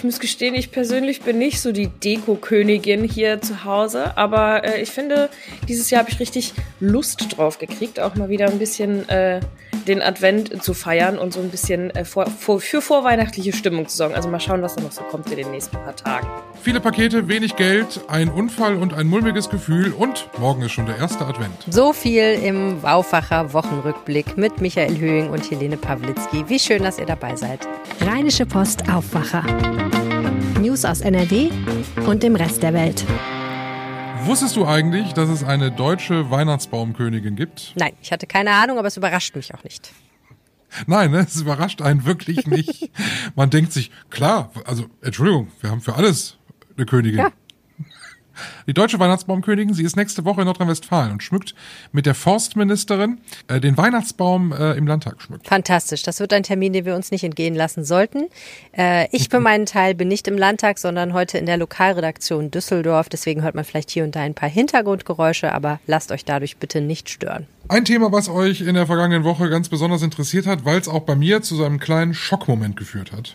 ich muss gestehen, ich persönlich bin nicht so die Deko-Königin hier zu Hause, aber ich finde, dieses Jahr habe ich richtig Lust drauf gekriegt, auch mal wieder ein bisschen den Advent zu feiern und so ein bisschen für vorweihnachtliche Stimmung zu sorgen. Also mal schauen, was da noch so kommt in den nächsten paar Tagen. Viele Pakete, wenig Geld, ein Unfall und ein mulmiges Gefühl und morgen ist schon der erste Advent. So viel im Aufwacher Wochenrückblick mit Michael Höhing und Helene Pawlitzki. Wie schön, dass ihr dabei seid. Rheinische Post Aufwacher. News aus NRW und dem Rest der Welt. Wusstest du eigentlich, dass es eine deutsche Weihnachtsbaumkönigin gibt? Nein, ich hatte keine Ahnung, aber es überrascht mich auch nicht. Nein, ne, es überrascht einen wirklich nicht. Man denkt sich, klar, also Entschuldigung, wir haben für alles eine Königin. Ja. Die deutsche Weihnachtsbaumkönigin, sie ist nächste Woche in Nordrhein-Westfalen und schmückt mit der Forstministerin den Weihnachtsbaum im Landtag schmückt. Fantastisch, das wird ein Termin, den wir uns nicht entgehen lassen sollten. Ich für meinen Teil bin nicht im Landtag, sondern heute in der Lokalredaktion Düsseldorf. Deswegen hört man vielleicht hier und da ein paar Hintergrundgeräusche, aber lasst euch dadurch bitte nicht stören. Ein Thema, was euch in der vergangenen Woche ganz besonders interessiert hat, weil es auch bei mir zu so einem kleinen Schockmoment geführt hat.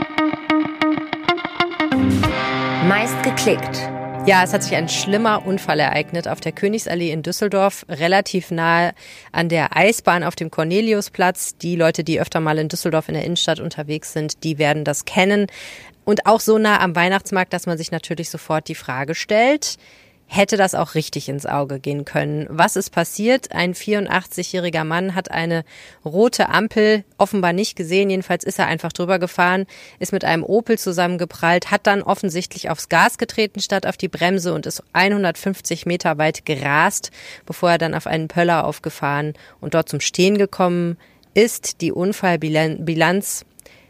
Meist geklickt. Ja, es hat sich ein schlimmer Unfall ereignet auf der Königsallee in Düsseldorf, relativ nahe an der Eisbahn auf dem Corneliusplatz. Die Leute, die öfter mal in Düsseldorf in der Innenstadt unterwegs sind, die werden das kennen. Und auch so nah am Weihnachtsmarkt, dass man sich natürlich sofort die Frage stellt, hätte das auch richtig ins Auge gehen können? Was ist passiert? Ein 84-jähriger Mann hat eine rote Ampel offenbar nicht gesehen. Jedenfalls ist er einfach drüber gefahren, ist mit einem Opel zusammengeprallt, hat dann offensichtlich aufs Gas getreten statt auf die Bremse und ist 150 Meter weit gerast, bevor er dann auf einen Pöller aufgefahren und dort zum Stehen gekommen ist. Die Unfallbilanz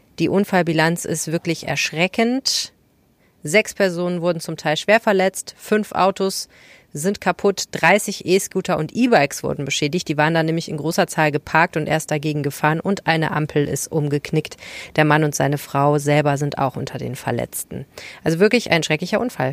ist wirklich erschreckend. 6 Personen wurden zum Teil schwer verletzt, 5 Autos sind kaputt, 30 E-Scooter und E-Bikes wurden beschädigt. Die waren da nämlich in großer Zahl geparkt und erst dagegen gefahren und eine Ampel ist umgeknickt. Der Mann und seine Frau selber sind auch unter den Verletzten. Also wirklich ein schrecklicher Unfall.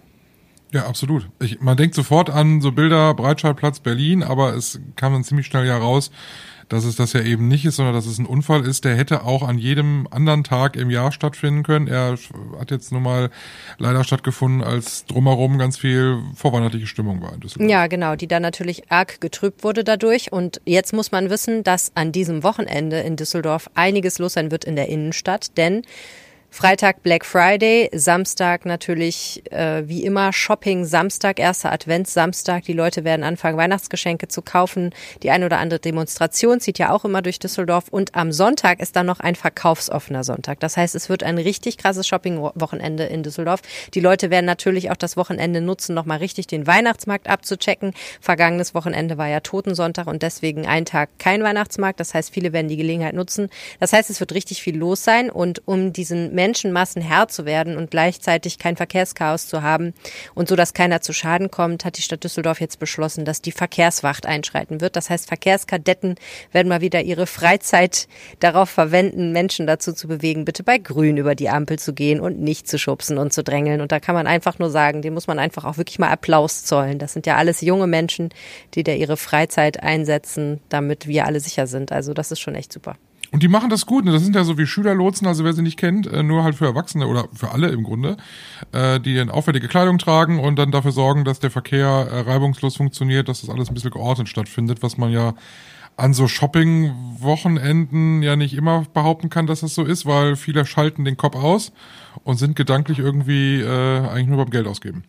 Ja, absolut. Man denkt sofort an so Bilder, Breitscheidplatz, Berlin, aber es kam dann ziemlich schnell ja raus, dass es das ja eben nicht ist, sondern dass es ein Unfall ist, der hätte auch an jedem anderen Tag im Jahr stattfinden können. Er hat jetzt nun mal leider stattgefunden, als drumherum ganz viel vorweihnachtliche Stimmung war in Düsseldorf. Ja, genau, die dann natürlich arg getrübt wurde dadurch. Und jetzt muss man wissen, dass an diesem Wochenende in Düsseldorf einiges los sein wird in der Innenstadt, denn Freitag Black Friday, Samstag natürlich wie immer Shopping, Samstag, erster Adventssamstag. Die Leute werden anfangen, Weihnachtsgeschenke zu kaufen. Die eine oder andere Demonstration zieht ja auch immer durch Düsseldorf. Und am Sonntag ist dann noch ein verkaufsoffener Sonntag. Das heißt, es wird ein richtig krasses Shopping-Wochenende in Düsseldorf. Die Leute werden natürlich auch das Wochenende nutzen, nochmal richtig den Weihnachtsmarkt abzuchecken. Vergangenes Wochenende war ja Totensonntag und deswegen ein Tag kein Weihnachtsmarkt. Das heißt, viele werden die Gelegenheit nutzen. Das heißt, es wird richtig viel los sein. Und um diesen Menschenmassen Herr zu werden und gleichzeitig kein Verkehrschaos zu haben und so, dass keiner zu Schaden kommt, hat die Stadt Düsseldorf jetzt beschlossen, dass die Verkehrswacht einschreiten wird. Das heißt, Verkehrskadetten werden mal wieder ihre Freizeit darauf verwenden, Menschen dazu zu bewegen, bitte bei Grün über die Ampel zu gehen und nicht zu schubsen und zu drängeln. Und da kann man einfach nur sagen, dem muss man einfach auch wirklich mal Applaus zollen. Das sind ja alles junge Menschen, die da ihre Freizeit einsetzen, damit wir alle sicher sind. Also das ist schon echt super. Und die machen das gut, ne? Das sind ja so wie Schülerlotsen, also wer sie nicht kennt, nur halt für Erwachsene oder für alle im Grunde, die eine auffällige Kleidung tragen und dann dafür sorgen, dass der Verkehr reibungslos funktioniert, dass das alles ein bisschen geordnet stattfindet, was man ja an so Shopping-Wochenenden ja nicht immer behaupten kann, dass das so ist, weil viele schalten den Kopf aus und sind gedanklich irgendwie eigentlich nur beim Geld ausgeben.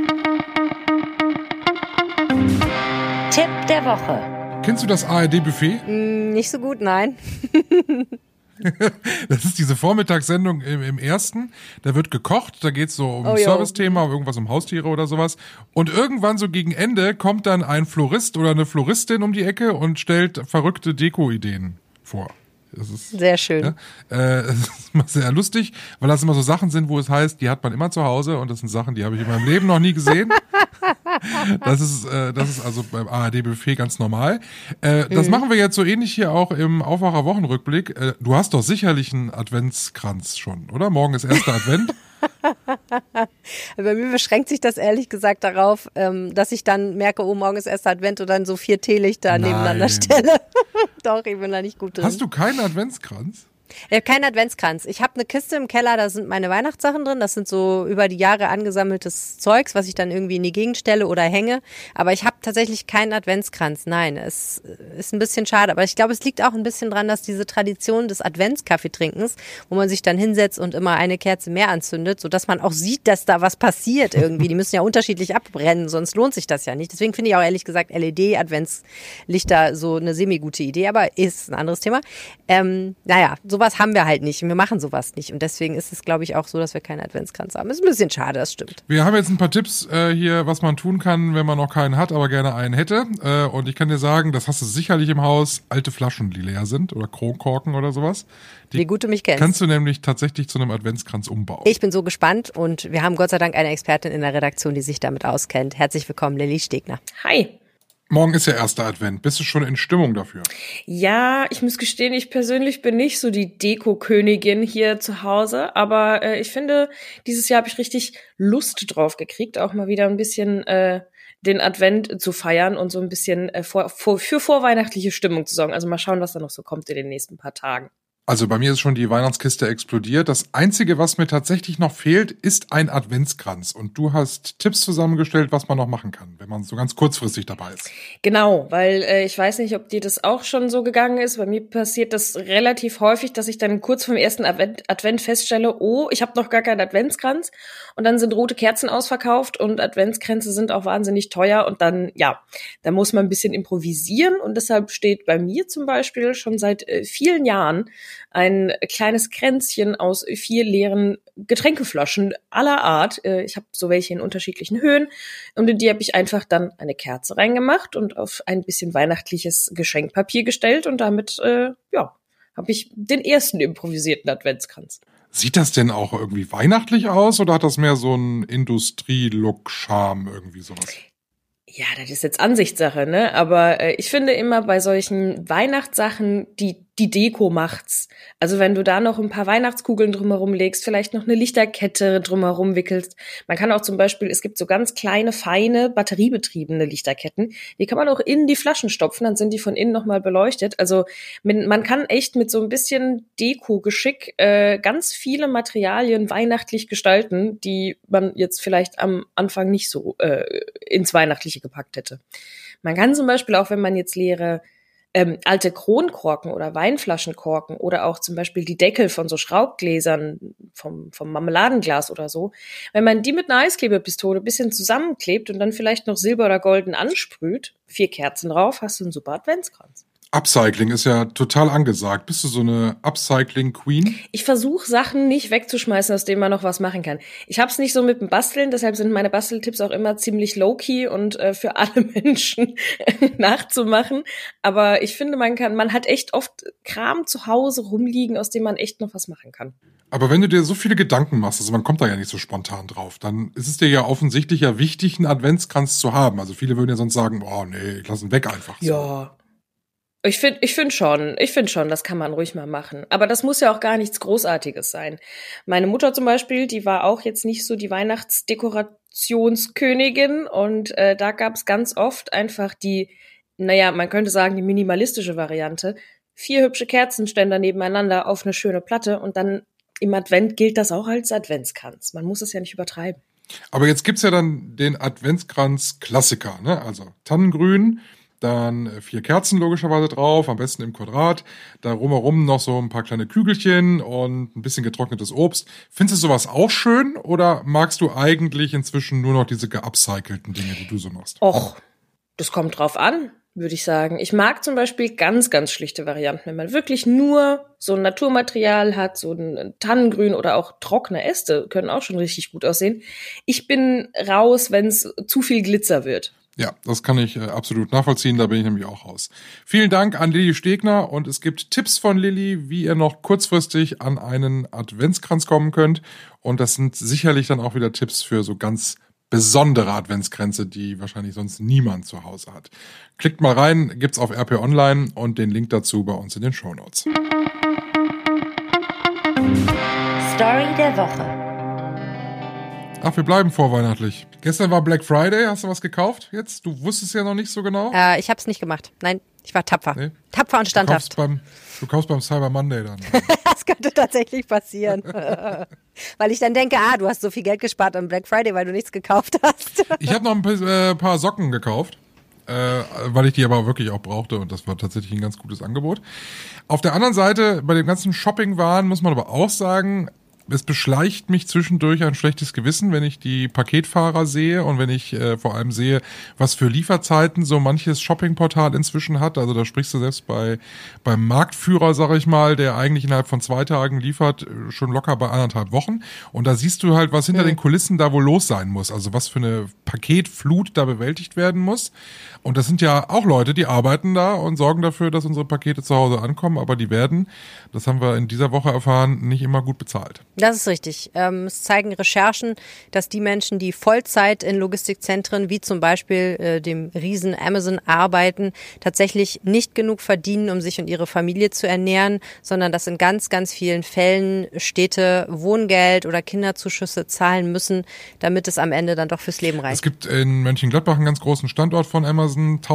Tipp der Woche. Kennst du das ARD-Buffet? Nicht so gut, nein. Das ist diese Vormittagssendung im Ersten. Da wird gekocht, da geht's so um ein Service-Thema, irgendwas um Haustiere oder sowas. Und irgendwann so gegen Ende kommt dann ein Florist oder eine Floristin um die Ecke und stellt verrückte Deko-Ideen vor. Das ist sehr schön. Ja, das ist immer sehr lustig, weil das immer so Sachen sind, wo es heißt, die hat man immer zu Hause und das sind Sachen, die habe ich in meinem Leben noch nie gesehen. Das ist also beim ARD-Buffet ganz normal. Das machen wir jetzt so ähnlich hier auch im Aufwacher-Wochenrückblick. Du hast doch sicherlich einen Adventskranz schon, oder? Morgen ist erster Advent. Bei mir beschränkt sich das ehrlich gesagt darauf, dass ich dann merke, oh, morgen ist erster Advent und dann so 4 Teelichter nebeneinander stelle. Doch, ich bin da nicht gut drin. Hast du keinen Adventskranz? Ich habe keinen Adventskranz. Ich habe eine Kiste im Keller, da sind meine Weihnachtssachen drin. Das sind so über die Jahre angesammeltes Zeugs, was ich dann irgendwie in die Gegend stelle oder hänge. Aber ich habe tatsächlich keinen Adventskranz. Nein, es ist ein bisschen schade. Aber ich glaube, es liegt auch ein bisschen dran, dass diese Tradition des Adventskaffeetrinkens, wo man sich dann hinsetzt und immer eine Kerze mehr anzündet, sodass man auch sieht, dass da was passiert irgendwie. Die müssen ja unterschiedlich abbrennen, sonst lohnt sich das ja nicht. Deswegen finde ich auch ehrlich gesagt LED-Adventslichter so eine semi-gute Idee, aber ist ein anderes Thema. Naja, sowas haben wir halt nicht. Wir machen sowas nicht. Und deswegen ist es, glaube ich, auch so, dass wir keinen Adventskranz haben. Ist ein bisschen schade, das stimmt. Wir haben jetzt ein paar Tipps hier, was man tun kann, wenn man noch keinen hat, aber gerne einen hätte. Und ich kann dir sagen, das hast du sicherlich im Haus, alte Flaschen, die leer sind oder Kronkorken oder sowas. Wie gut du mich kennst. Kannst du nämlich tatsächlich zu einem Adventskranz umbauen. Ich bin so gespannt und wir haben Gott sei Dank eine Expertin in der Redaktion, die sich damit auskennt. Herzlich willkommen, Lilly Stegner. Hi. Morgen ist ja erster Advent. Bist du schon in Stimmung dafür? Ja, ich muss gestehen, ich persönlich bin nicht so die Deko-Königin hier zu Hause, aber ich finde, dieses Jahr habe ich richtig Lust drauf gekriegt, auch mal wieder ein bisschen den Advent zu feiern und so ein bisschen für vorweihnachtliche Stimmung zu sorgen. Also mal schauen, was da noch so kommt in den nächsten paar Tagen. Also bei mir ist schon die Weihnachtskiste explodiert. Das Einzige, was mir tatsächlich noch fehlt, ist ein Adventskranz. Und du hast Tipps zusammengestellt, was man noch machen kann, wenn man so ganz kurzfristig dabei ist. Genau, weil ich weiß nicht, ob dir das auch schon so gegangen ist. Bei mir passiert das relativ häufig, dass ich dann kurz vorm ersten Advent feststelle, oh, ich habe noch gar keinen Adventskranz. Und dann sind rote Kerzen ausverkauft und Adventskränze sind auch wahnsinnig teuer. Und dann, ja, da muss man ein bisschen improvisieren. Und deshalb steht bei mir zum Beispiel schon seit vielen Jahren ein kleines Kränzchen aus 4 leeren Getränkeflaschen aller Art. Ich habe so welche in unterschiedlichen Höhen und in die habe ich einfach dann eine Kerze reingemacht und auf ein bisschen weihnachtliches Geschenkpapier gestellt und damit habe ich den ersten improvisierten Adventskranz. Sieht das denn auch irgendwie weihnachtlich aus oder hat das mehr so einen Industrie-Look-Charme, irgendwie sowas? Ja, das ist jetzt Ansichtssache, ne? Aber ich finde immer bei solchen Weihnachtssachen, die Deko macht's. Also wenn du da noch ein paar Weihnachtskugeln drumherum legst, vielleicht noch eine Lichterkette drumherum wickelst. Man kann auch zum Beispiel, es gibt so ganz kleine, feine, batteriebetriebene Lichterketten. Die kann man auch in die Flaschen stopfen, dann sind die von innen nochmal beleuchtet. Also man kann echt mit so ein bisschen Deko-Geschick ganz viele Materialien weihnachtlich gestalten, die man jetzt vielleicht am Anfang nicht so ins Weihnachtliche gepackt hätte. Man kann zum Beispiel auch, wenn man jetzt leere alte Kronkorken oder Weinflaschenkorken oder auch zum Beispiel die Deckel von so Schraubgläsern vom Marmeladenglas oder so, wenn man die mit einer Eisklebepistole ein bisschen zusammenklebt und dann vielleicht noch silber oder golden ansprüht, 4 Kerzen drauf, hast du einen super Adventskranz. Upcycling ist ja total angesagt. Bist du so eine Upcycling-Queen? Ich versuche Sachen nicht wegzuschmeißen, aus denen man noch was machen kann. Ich hab's nicht so mit dem Basteln, deshalb sind meine Basteltipps auch immer ziemlich low-key und für alle Menschen nachzumachen. Aber ich finde, man hat echt oft Kram zu Hause rumliegen, aus dem man echt noch was machen kann. Aber wenn du dir so viele Gedanken machst, also man kommt da ja nicht so spontan drauf, dann ist es dir ja offensichtlich ja wichtig, einen Adventskranz zu haben. Also viele würden ja sonst sagen, oh nee, ich lass ihn weg einfach. So. Ja. Ich finde schon, das kann man ruhig mal machen. Aber das muss ja auch gar nichts Großartiges sein. Meine Mutter zum Beispiel, die war auch jetzt nicht so die Weihnachtsdekorationskönigin und da gab es ganz oft einfach man könnte sagen, die minimalistische Variante. 4 hübsche Kerzenständer nebeneinander auf eine schöne Platte und dann im Advent gilt das auch als Adventskranz. Man muss es ja nicht übertreiben. Aber jetzt gibt's ja dann den Adventskranz-Klassiker, ne? Also Tannengrün, dann 4 Kerzen logischerweise drauf, am besten im Quadrat. Da rumherum noch so ein paar kleine Kügelchen und ein bisschen getrocknetes Obst. Findest du sowas auch schön oder magst du eigentlich inzwischen nur noch diese geupcycelten Dinge, die du so machst? Och, das kommt drauf an, würde ich sagen. Ich mag zum Beispiel ganz, ganz schlichte Varianten, wenn man wirklich nur so ein Naturmaterial hat, so ein Tannengrün oder auch trockene Äste können auch schon richtig gut aussehen. Ich bin raus, wenn es zu viel Glitzer wird. Ja, das kann ich absolut nachvollziehen, da bin ich nämlich auch raus. Vielen Dank an Lilly Stegner und es gibt Tipps von Lilly, wie ihr noch kurzfristig an einen Adventskranz kommen könnt und das sind sicherlich dann auch wieder Tipps für so ganz besondere Adventskränze, die wahrscheinlich sonst niemand zu Hause hat. Klickt mal rein, gibt's auf RP Online und den Link dazu bei uns in den Shownotes. Story der Woche. Ach, wir bleiben vorweihnachtlich. Gestern war Black Friday, hast du was gekauft jetzt? Du wusstest ja noch nicht so genau. Ich hab's nicht gemacht, nein. Ich war tapfer. Nee? Tapfer und standhaft. Du kaufst beim Cyber Monday dann. Das könnte tatsächlich passieren. Weil ich dann denke, du hast so viel Geld gespart am Black Friday, weil du nichts gekauft hast. Ich habe noch ein paar Socken gekauft, weil ich die aber wirklich auch brauchte und das war tatsächlich ein ganz gutes Angebot. Auf der anderen Seite, bei dem ganzen Shopping-Waren muss man aber auch sagen, es beschleicht mich zwischendurch ein schlechtes Gewissen, wenn ich die Paketfahrer sehe und wenn ich vor allem sehe, was für Lieferzeiten so manches Shoppingportal inzwischen hat. Also da sprichst du selbst beim Marktführer, sag ich mal, der eigentlich innerhalb von 2 Tagen liefert, schon locker bei 1,5 Wochen. Und da siehst du halt, was hinter den Kulissen da wohl los sein muss. Also was für eine Paketflut da bewältigt werden muss. Und das sind ja auch Leute, die arbeiten da und sorgen dafür, dass unsere Pakete zu Hause ankommen. Aber die werden, das haben wir in dieser Woche erfahren, nicht immer gut bezahlt. Das ist richtig. Es zeigen Recherchen, dass die Menschen, die Vollzeit in Logistikzentren wie zum Beispiel dem Riesen Amazon arbeiten, tatsächlich nicht genug verdienen, um sich und ihre Familie zu ernähren, sondern dass in ganz, ganz vielen Fällen Städte Wohngeld oder Kinderzuschüsse zahlen müssen, damit es am Ende dann doch fürs Leben reicht. Es gibt in Mönchengladbach einen ganz großen Standort von Amazon.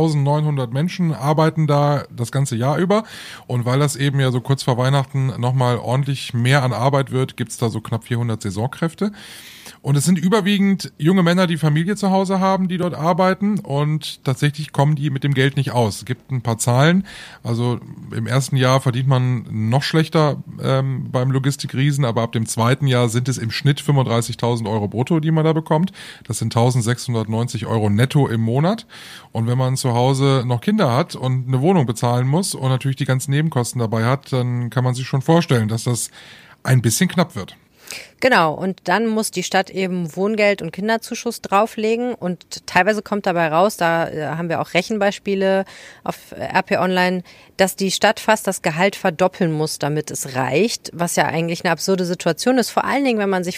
1900 Menschen arbeiten da das ganze Jahr über. Und weil das eben ja so kurz vor Weihnachten nochmal ordentlich mehr an Arbeit wird, gibt's da so knapp 400 Saisonkräfte. Und es sind überwiegend junge Männer, die Familie zu Hause haben, die dort arbeiten und tatsächlich kommen die mit dem Geld nicht aus. Es gibt ein paar Zahlen, also im ersten Jahr verdient man noch schlechter beim Logistikriesen, aber ab dem zweiten Jahr sind es im Schnitt 35.000 Euro brutto, die man da bekommt. Das sind 1.690 Euro netto im Monat. Und wenn man zu Hause noch Kinder hat und eine Wohnung bezahlen muss und natürlich die ganzen Nebenkosten dabei hat, dann kann man sich schon vorstellen, dass das ein bisschen knapp wird. Genau, und dann muss die Stadt eben Wohngeld und Kinderzuschuss drauflegen und teilweise kommt dabei raus, da haben wir auch Rechenbeispiele auf RP Online, dass die Stadt fast das Gehalt verdoppeln muss, damit es reicht, was ja eigentlich eine absurde Situation ist, vor allen Dingen, wenn man sich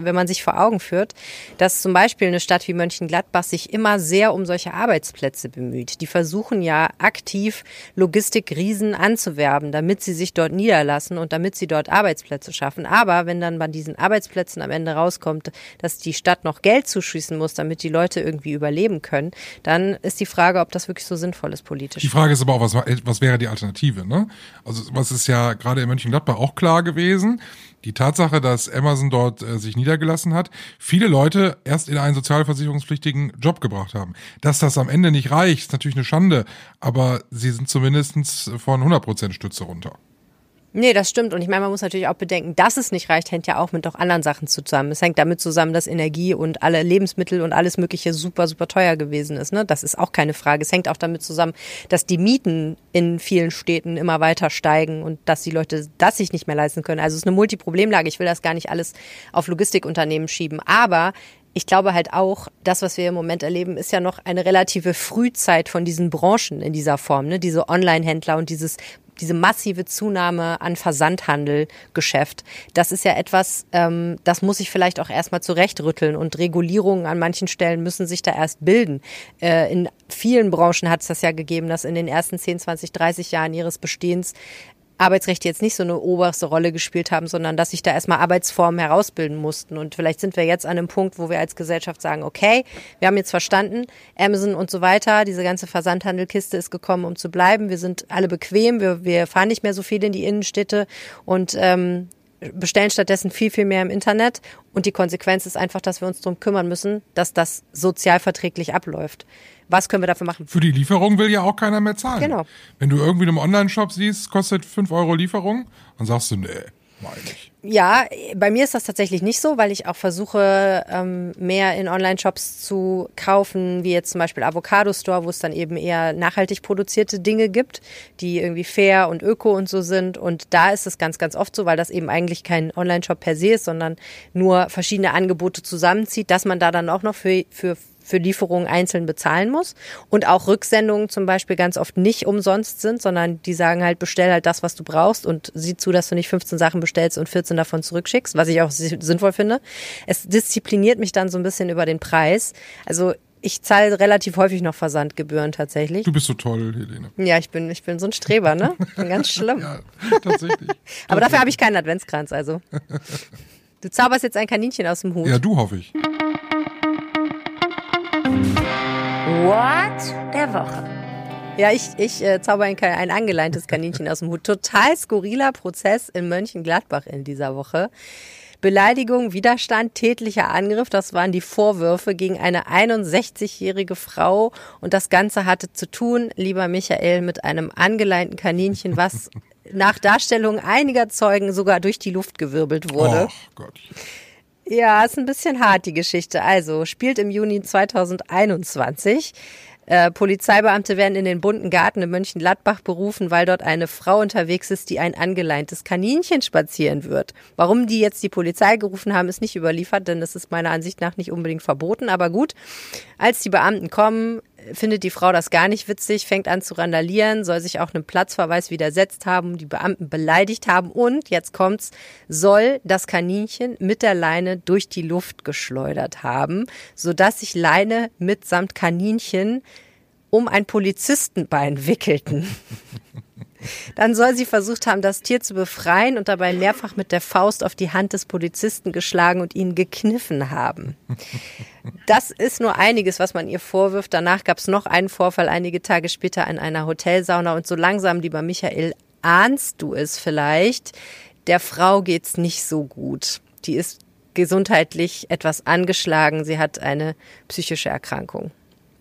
vor Augen führt, dass zum Beispiel eine Stadt wie Mönchengladbach sich immer sehr um solche Arbeitsplätze bemüht. Die versuchen ja aktiv Logistikriesen anzuwerben, damit sie sich dort niederlassen und damit sie dort Arbeitsplätze schaffen. Aber wenn dann bei diesen Arbeitsplätzen am Ende rauskommt, dass die Stadt noch Geld zuschießen muss, damit die Leute irgendwie überleben können, dann ist die Frage, ob das wirklich so sinnvoll ist politisch. Die Frage ist aber auch, was wäre die Alternative, ne? Also was ist ja gerade in Mönchengladbach auch klar gewesen, die Tatsache, dass Amazon dort sich niedergelassen hat, viele Leute erst in einen sozialversicherungspflichtigen Job gebracht haben. Dass das am Ende nicht reicht, ist natürlich eine Schande, aber sie sind zumindest von 100% Stütze runter. Nee, das stimmt. Und ich meine, man muss natürlich auch bedenken, dass es nicht reicht, hängt ja auch mit doch anderen Sachen zusammen. Es hängt damit zusammen, dass Energie und alle Lebensmittel und alles Mögliche super, super teuer gewesen ist. Ne? Das ist auch keine Frage. Es hängt auch damit zusammen, dass die Mieten in vielen Städten immer weiter steigen und dass die Leute das sich nicht mehr leisten können. Also es ist eine Multiproblemlage. Ich will das gar nicht alles auf Logistikunternehmen schieben. Aber ich glaube halt auch, das, was wir im Moment erleben, ist ja noch eine relative Frühzeit von diesen Branchen in dieser Form. Ne? Diese Online-Händler und diese massive Zunahme an Versandhandelgeschäft, das ist ja etwas, das muss sich vielleicht auch erstmal zurechtrütteln und Regulierungen an manchen Stellen müssen sich da erst bilden. In vielen Branchen hat es das ja gegeben, dass in den ersten 10, 20, 30 Jahren ihres Bestehens Arbeitsrechte jetzt nicht so eine oberste Rolle gespielt haben, sondern dass sich da erstmal Arbeitsformen herausbilden mussten. Und vielleicht sind wir jetzt an einem Punkt, wo wir als Gesellschaft sagen, okay, wir haben jetzt verstanden, Amazon und so weiter, diese ganze Versandhandelkiste ist gekommen, um zu bleiben. Wir sind alle bequem, wir fahren nicht mehr so viel in die Innenstädte und bestellen stattdessen viel, viel mehr im Internet. Und die Konsequenz ist einfach, dass wir uns darum kümmern müssen, dass das sozialverträglich abläuft. Was können wir dafür machen? Für die Lieferung will ja auch keiner mehr zahlen. Genau. Wenn du irgendwie in einem Online-Shop siehst, kostet 5 Euro Lieferung, dann sagst du, nee, meine ich. Ja, bei mir ist das tatsächlich nicht so, weil ich auch versuche, mehr in Online-Shops zu kaufen, wie jetzt zum Beispiel Avocado Store, wo es dann eben eher nachhaltig produzierte Dinge gibt, die irgendwie fair und öko und so sind. Und da ist es ganz, ganz oft so, weil das eben eigentlich kein Online-Shop per se ist, sondern nur verschiedene Angebote zusammenzieht, dass man da dann auch noch für Lieferungen einzeln bezahlen muss und auch Rücksendungen zum Beispiel ganz oft nicht umsonst sind, sondern die sagen halt, bestell halt das, was du brauchst und sieh zu, dass du nicht 15 Sachen bestellst und 14 davon zurückschickst, was ich auch sinnvoll finde. Es diszipliniert mich dann so ein bisschen über den Preis. Also ich zahle relativ häufig noch Versandgebühren tatsächlich. Du bist so toll, Helene. Ja, ich bin so ein Streber, ne? Ich bin ganz schlimm. Ja, tatsächlich. Aber dafür habe ich keinen Adventskranz, also. Du zauberst jetzt ein Kaninchen aus dem Hut. Ja, du, hoffe ich. What der Woche. Ja, ich zauber ein angeleintes Kaninchen aus dem Hut. Total skurriler Prozess in Mönchengladbach in dieser Woche. Beleidigung, Widerstand, tätlicher Angriff, das waren die Vorwürfe gegen eine 61-jährige Frau. Und das Ganze hatte zu tun, lieber Michael, mit einem angeleinten Kaninchen, was nach Darstellung einiger Zeugen sogar durch die Luft gewirbelt wurde. Oh Gott. Ja, ist ein bisschen hart, die Geschichte. Also, spielt im Juni 2021. Polizeibeamte werden in den bunten Garten in Mönchengladbach berufen, weil dort eine Frau unterwegs ist, die ein angeleintes Kaninchen spazieren wird. Warum die jetzt die Polizei gerufen haben, ist nicht überliefert, denn das ist meiner Ansicht nach nicht unbedingt verboten. Aber gut, als die Beamten kommen, findet die Frau das gar nicht witzig, fängt an zu randalieren, soll sich auch einem Platzverweis widersetzt haben, die Beamten beleidigt haben und, jetzt kommt's, soll das Kaninchen mit der Leine durch die Luft geschleudert haben, sodass sich Leine mitsamt Kaninchen um ein Polizistenbein wickelten. Dann soll sie versucht haben, das Tier zu befreien und dabei mehrfach mit der Faust auf die Hand des Polizisten geschlagen und ihn gekniffen haben. Das ist nur einiges, was man ihr vorwirft. Danach gab es noch einen Vorfall einige Tage später in einer Hotelsauna. Und so langsam, lieber Michael, ahnst du es vielleicht, der Frau geht's nicht so gut. Die ist gesundheitlich etwas angeschlagen. Sie hat eine psychische Erkrankung.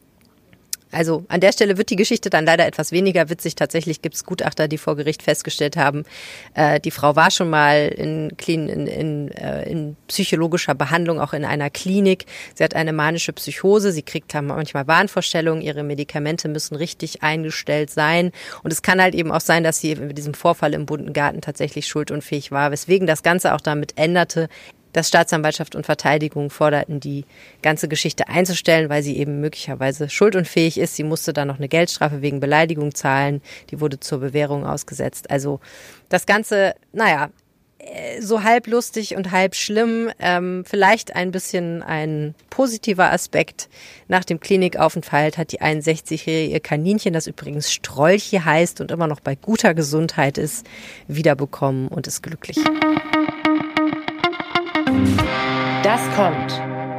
Also an der Stelle wird die Geschichte dann leider etwas weniger witzig. Tatsächlich gibt es Gutachter, die vor Gericht festgestellt haben, die Frau war schon mal in psychologischer Behandlung, auch in einer Klinik. Sie hat eine manische Psychose, sie kriegt manchmal Wahnvorstellungen, ihre Medikamente müssen richtig eingestellt sein. Und es kann halt eben auch sein, dass sie mit diesem Vorfall im bunten Garten tatsächlich schuldunfähig war, weswegen das Ganze auch damit änderte, dass Staatsanwaltschaft und Verteidigung forderten, die ganze Geschichte einzustellen, weil sie eben möglicherweise schuldunfähig ist. Sie musste dann noch eine Geldstrafe wegen Beleidigung zahlen. Die wurde zur Bewährung ausgesetzt. Also das Ganze, so halb lustig und halb schlimm. Vielleicht ein bisschen ein positiver Aspekt. Nach dem Klinikaufenthalt hat die 61-jährige ihr Kaninchen, das übrigens Strolche heißt und immer noch bei guter Gesundheit ist, wiederbekommen und ist glücklich. Das kommt.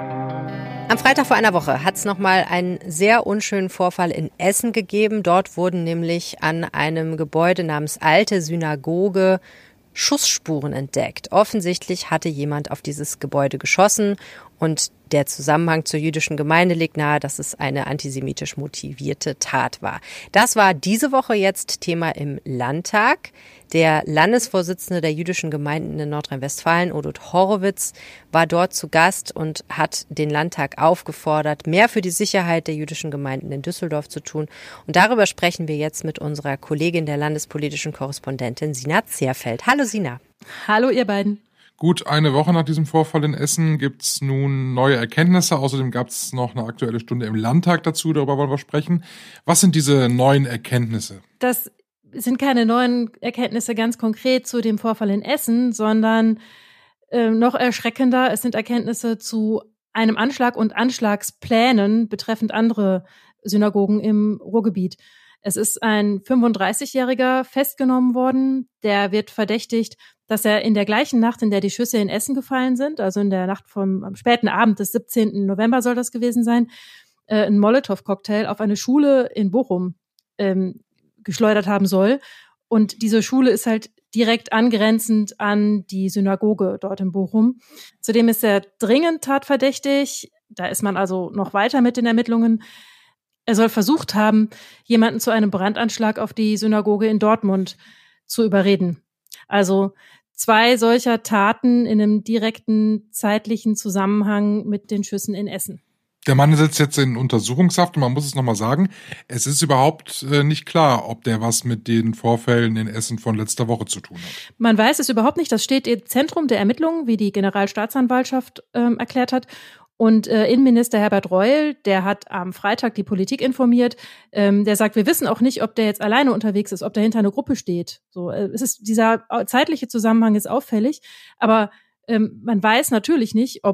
Am Freitag vor einer Woche hat es nochmal einen sehr unschönen Vorfall in Essen gegeben. Dort wurden nämlich an einem Gebäude namens Alte Synagoge Schussspuren entdeckt. Offensichtlich hatte jemand auf dieses Gebäude geschossen und der Zusammenhang zur jüdischen Gemeinde liegt nahe, dass es eine antisemitisch motivierte Tat war. Das war diese Woche jetzt Thema im Landtag. Der Landesvorsitzende der jüdischen Gemeinden in Nordrhein-Westfalen, Odot Horowitz, war dort zu Gast und hat den Landtag aufgefordert, mehr für die Sicherheit der jüdischen Gemeinden in Düsseldorf zu tun. Und darüber sprechen wir jetzt mit unserer Kollegin, der landespolitischen Korrespondentin Sina Zerfeld. Hallo Sina. Hallo ihr beiden. Gut, eine Woche nach diesem Vorfall in Essen gibt's nun neue Erkenntnisse. Außerdem gab's noch eine Aktuelle Stunde im Landtag dazu. Darüber wollen wir sprechen. Was sind diese neuen Erkenntnisse? Das sind keine neuen Erkenntnisse ganz konkret zu dem Vorfall in Essen, sondern noch erschreckender. Es sind Erkenntnisse zu einem Anschlag und Anschlagsplänen betreffend andere Synagogen im Ruhrgebiet. Es ist ein 35-Jähriger festgenommen worden. Der wird verdächtigt, dass er in der gleichen Nacht, in der die Schüsse in Essen gefallen sind, also in der Nacht am späten Abend des 17. November soll das gewesen sein, einen Molotow-Cocktail auf eine Schule in Bochum geschleudert haben soll. Und diese Schule ist halt direkt angrenzend an die Synagoge dort in Bochum. Zudem ist er dringend tatverdächtig. Da ist man also noch weiter mit den Ermittlungen. Er soll versucht haben, jemanden zu einem Brandanschlag auf die Synagoge in Dortmund zu überreden. Also 2 solcher Taten in einem direkten zeitlichen Zusammenhang mit den Schüssen in Essen. Der Mann sitzt jetzt in Untersuchungshaft und man muss es nochmal sagen, es ist überhaupt nicht klar, ob der was mit den Vorfällen in Essen von letzter Woche zu tun hat. Man weiß es überhaupt nicht. Das steht im Zentrum der Ermittlungen, wie die Generalstaatsanwaltschaft erklärt hat. Und Innenminister Herbert Reul, der hat am Freitag die Politik informiert, der sagt, wir wissen auch nicht, ob der jetzt alleine unterwegs ist, ob dahinter eine Gruppe steht. So, dieser zeitliche Zusammenhang ist auffällig, aber man weiß natürlich nicht, ob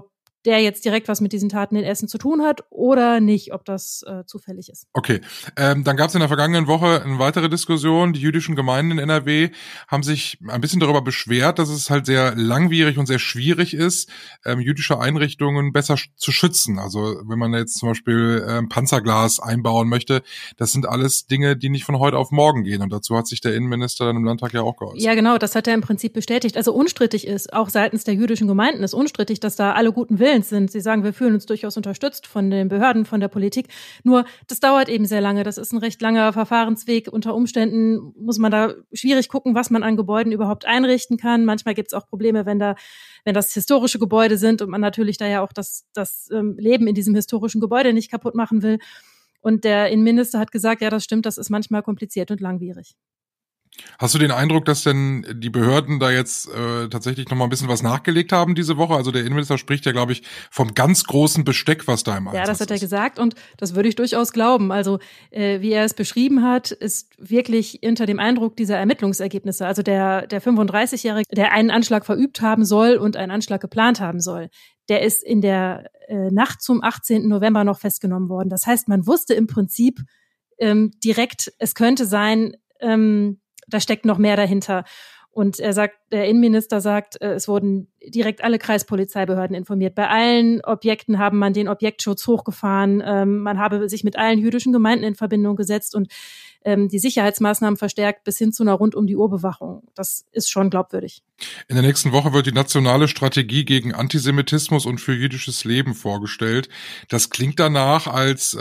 der jetzt direkt was mit diesen Taten in Essen zu tun hat oder nicht, ob das zufällig ist. Okay, dann gab es in der vergangenen Woche eine weitere Diskussion. Die jüdischen Gemeinden in NRW haben sich ein bisschen darüber beschwert, dass es halt sehr langwierig und sehr schwierig ist, jüdische Einrichtungen besser zu schützen. Also wenn man jetzt zum Beispiel Panzerglas einbauen möchte, das sind alles Dinge, die nicht von heute auf morgen gehen. Und dazu hat sich der Innenminister dann im Landtag ja auch geäußert. Ja, genau, das hat er im Prinzip bestätigt. Also unstrittig ist, auch seitens der jüdischen Gemeinden ist unstrittig, dass da alle guten Willens sind. Sie sagen, wir fühlen uns durchaus unterstützt von den Behörden, von der Politik. Nur, das dauert eben sehr lange. Das ist ein recht langer Verfahrensweg. Unter Umständen muss man da schwierig gucken, was man an Gebäuden überhaupt einrichten kann. Manchmal gibt es auch Probleme, wenn das historische Gebäude sind und man natürlich da ja auch das Leben in diesem historischen Gebäude nicht kaputt machen will. Und der Innenminister hat gesagt, ja, das stimmt, das ist manchmal kompliziert und langwierig. Hast du den Eindruck, dass denn die Behörden da jetzt tatsächlich noch mal ein bisschen was nachgelegt haben diese Woche? Also der Innenminister spricht ja, glaube ich, vom ganz großen Besteck, was da im Einsatz ist. Ja, das hat er gesagt und das würde ich durchaus glauben. Also wie er es beschrieben hat, ist wirklich unter dem Eindruck dieser Ermittlungsergebnisse. Also der 35-Jährige, der einen Anschlag verübt haben soll und einen Anschlag geplant haben soll, der ist in der Nacht zum 18. November noch festgenommen worden. Das heißt, man wusste im Prinzip direkt, es könnte sein, da steckt noch mehr dahinter. Und der Innenminister sagt, es wurden direkt alle Kreispolizeibehörden informiert. Bei allen Objekten habe man den Objektschutz hochgefahren. Man habe sich mit allen jüdischen Gemeinden in Verbindung gesetzt und die Sicherheitsmaßnahmen verstärkt bis hin zu einer Rund-um-die-Uhr-Bewachung. Das ist schon glaubwürdig. In der nächsten Woche wird die nationale Strategie gegen Antisemitismus und für jüdisches Leben vorgestellt. Das klingt danach, als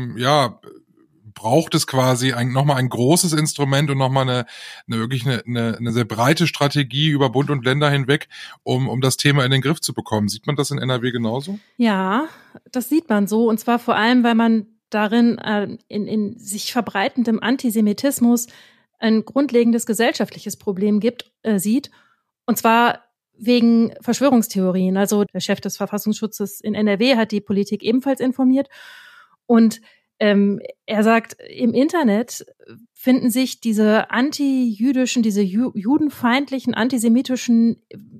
braucht es quasi nochmal ein großes Instrument und nochmal eine sehr breite Strategie über Bund und Länder hinweg, um das Thema in den Griff zu bekommen. Sieht man das in NRW genauso? Ja, das sieht man so. Und zwar vor allem, weil man darin in sich verbreitendem Antisemitismus ein grundlegendes gesellschaftliches Problem sieht. Und zwar wegen Verschwörungstheorien. Also der Chef des Verfassungsschutzes in NRW hat die Politik ebenfalls informiert. Und er sagt, im Internet finden sich diese antijüdischen, diese judenfeindlichen, antisemitischen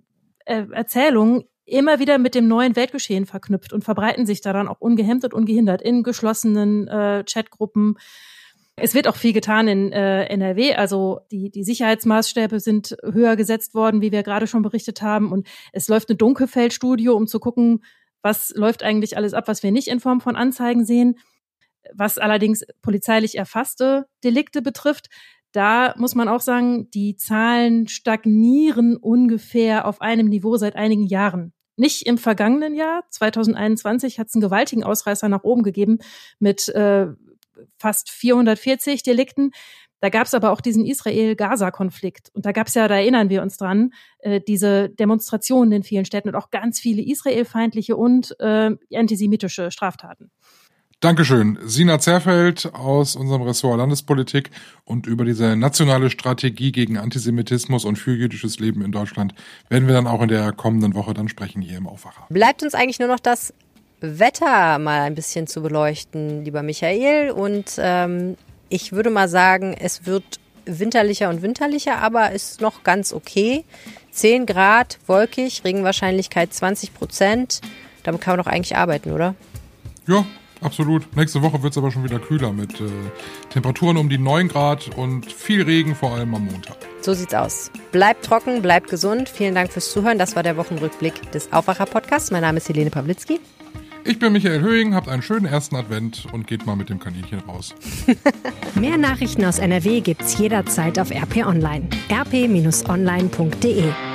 Erzählungen immer wieder mit dem neuen Weltgeschehen verknüpft und verbreiten sich daran auch ungehemmt und ungehindert in geschlossenen Chatgruppen. Es wird auch viel getan in NRW, also die Sicherheitsmaßstäbe sind höher gesetzt worden, wie wir gerade schon berichtet haben. Und es läuft eine Dunkelfeldstudie, um zu gucken, was läuft eigentlich alles ab, was wir nicht in Form von Anzeigen sehen. Was allerdings polizeilich erfasste Delikte betrifft, da muss man auch sagen, die Zahlen stagnieren ungefähr auf einem Niveau seit einigen Jahren. Nicht im vergangenen Jahr, 2021 hat es einen gewaltigen Ausreißer nach oben gegeben mit fast 440 Delikten. Da gab es aber auch diesen Israel-Gaza-Konflikt. Und da gab es ja, da erinnern wir uns dran, diese Demonstrationen in vielen Städten und auch ganz viele israelfeindliche und antisemitische Straftaten. Dankeschön. Sina Zerfeld aus unserem Ressort Landespolitik und über diese nationale Strategie gegen Antisemitismus und für jüdisches Leben in Deutschland werden wir dann auch in der kommenden Woche dann sprechen hier im Aufwacher. Bleibt uns eigentlich nur noch das Wetter mal ein bisschen zu beleuchten, lieber Michael. Und ich würde mal sagen, es wird winterlicher und winterlicher, aber ist noch ganz okay. 10 Grad, wolkig, Regenwahrscheinlichkeit 20%. Damit kann man doch eigentlich arbeiten, oder? Ja. Absolut. Nächste Woche wird es aber schon wieder kühler mit Temperaturen um die 9 Grad und viel Regen, vor allem am Montag. So sieht's aus. Bleibt trocken, bleibt gesund. Vielen Dank fürs Zuhören. Das war der Wochenrückblick des Aufwacher-Podcasts. Mein Name ist Helene Pawlitzki. Ich bin Michael Höhing, habt einen schönen ersten Advent und geht mal mit dem Kaninchen raus. Mehr Nachrichten aus NRW gibt's jederzeit auf RP Online. rp-online.de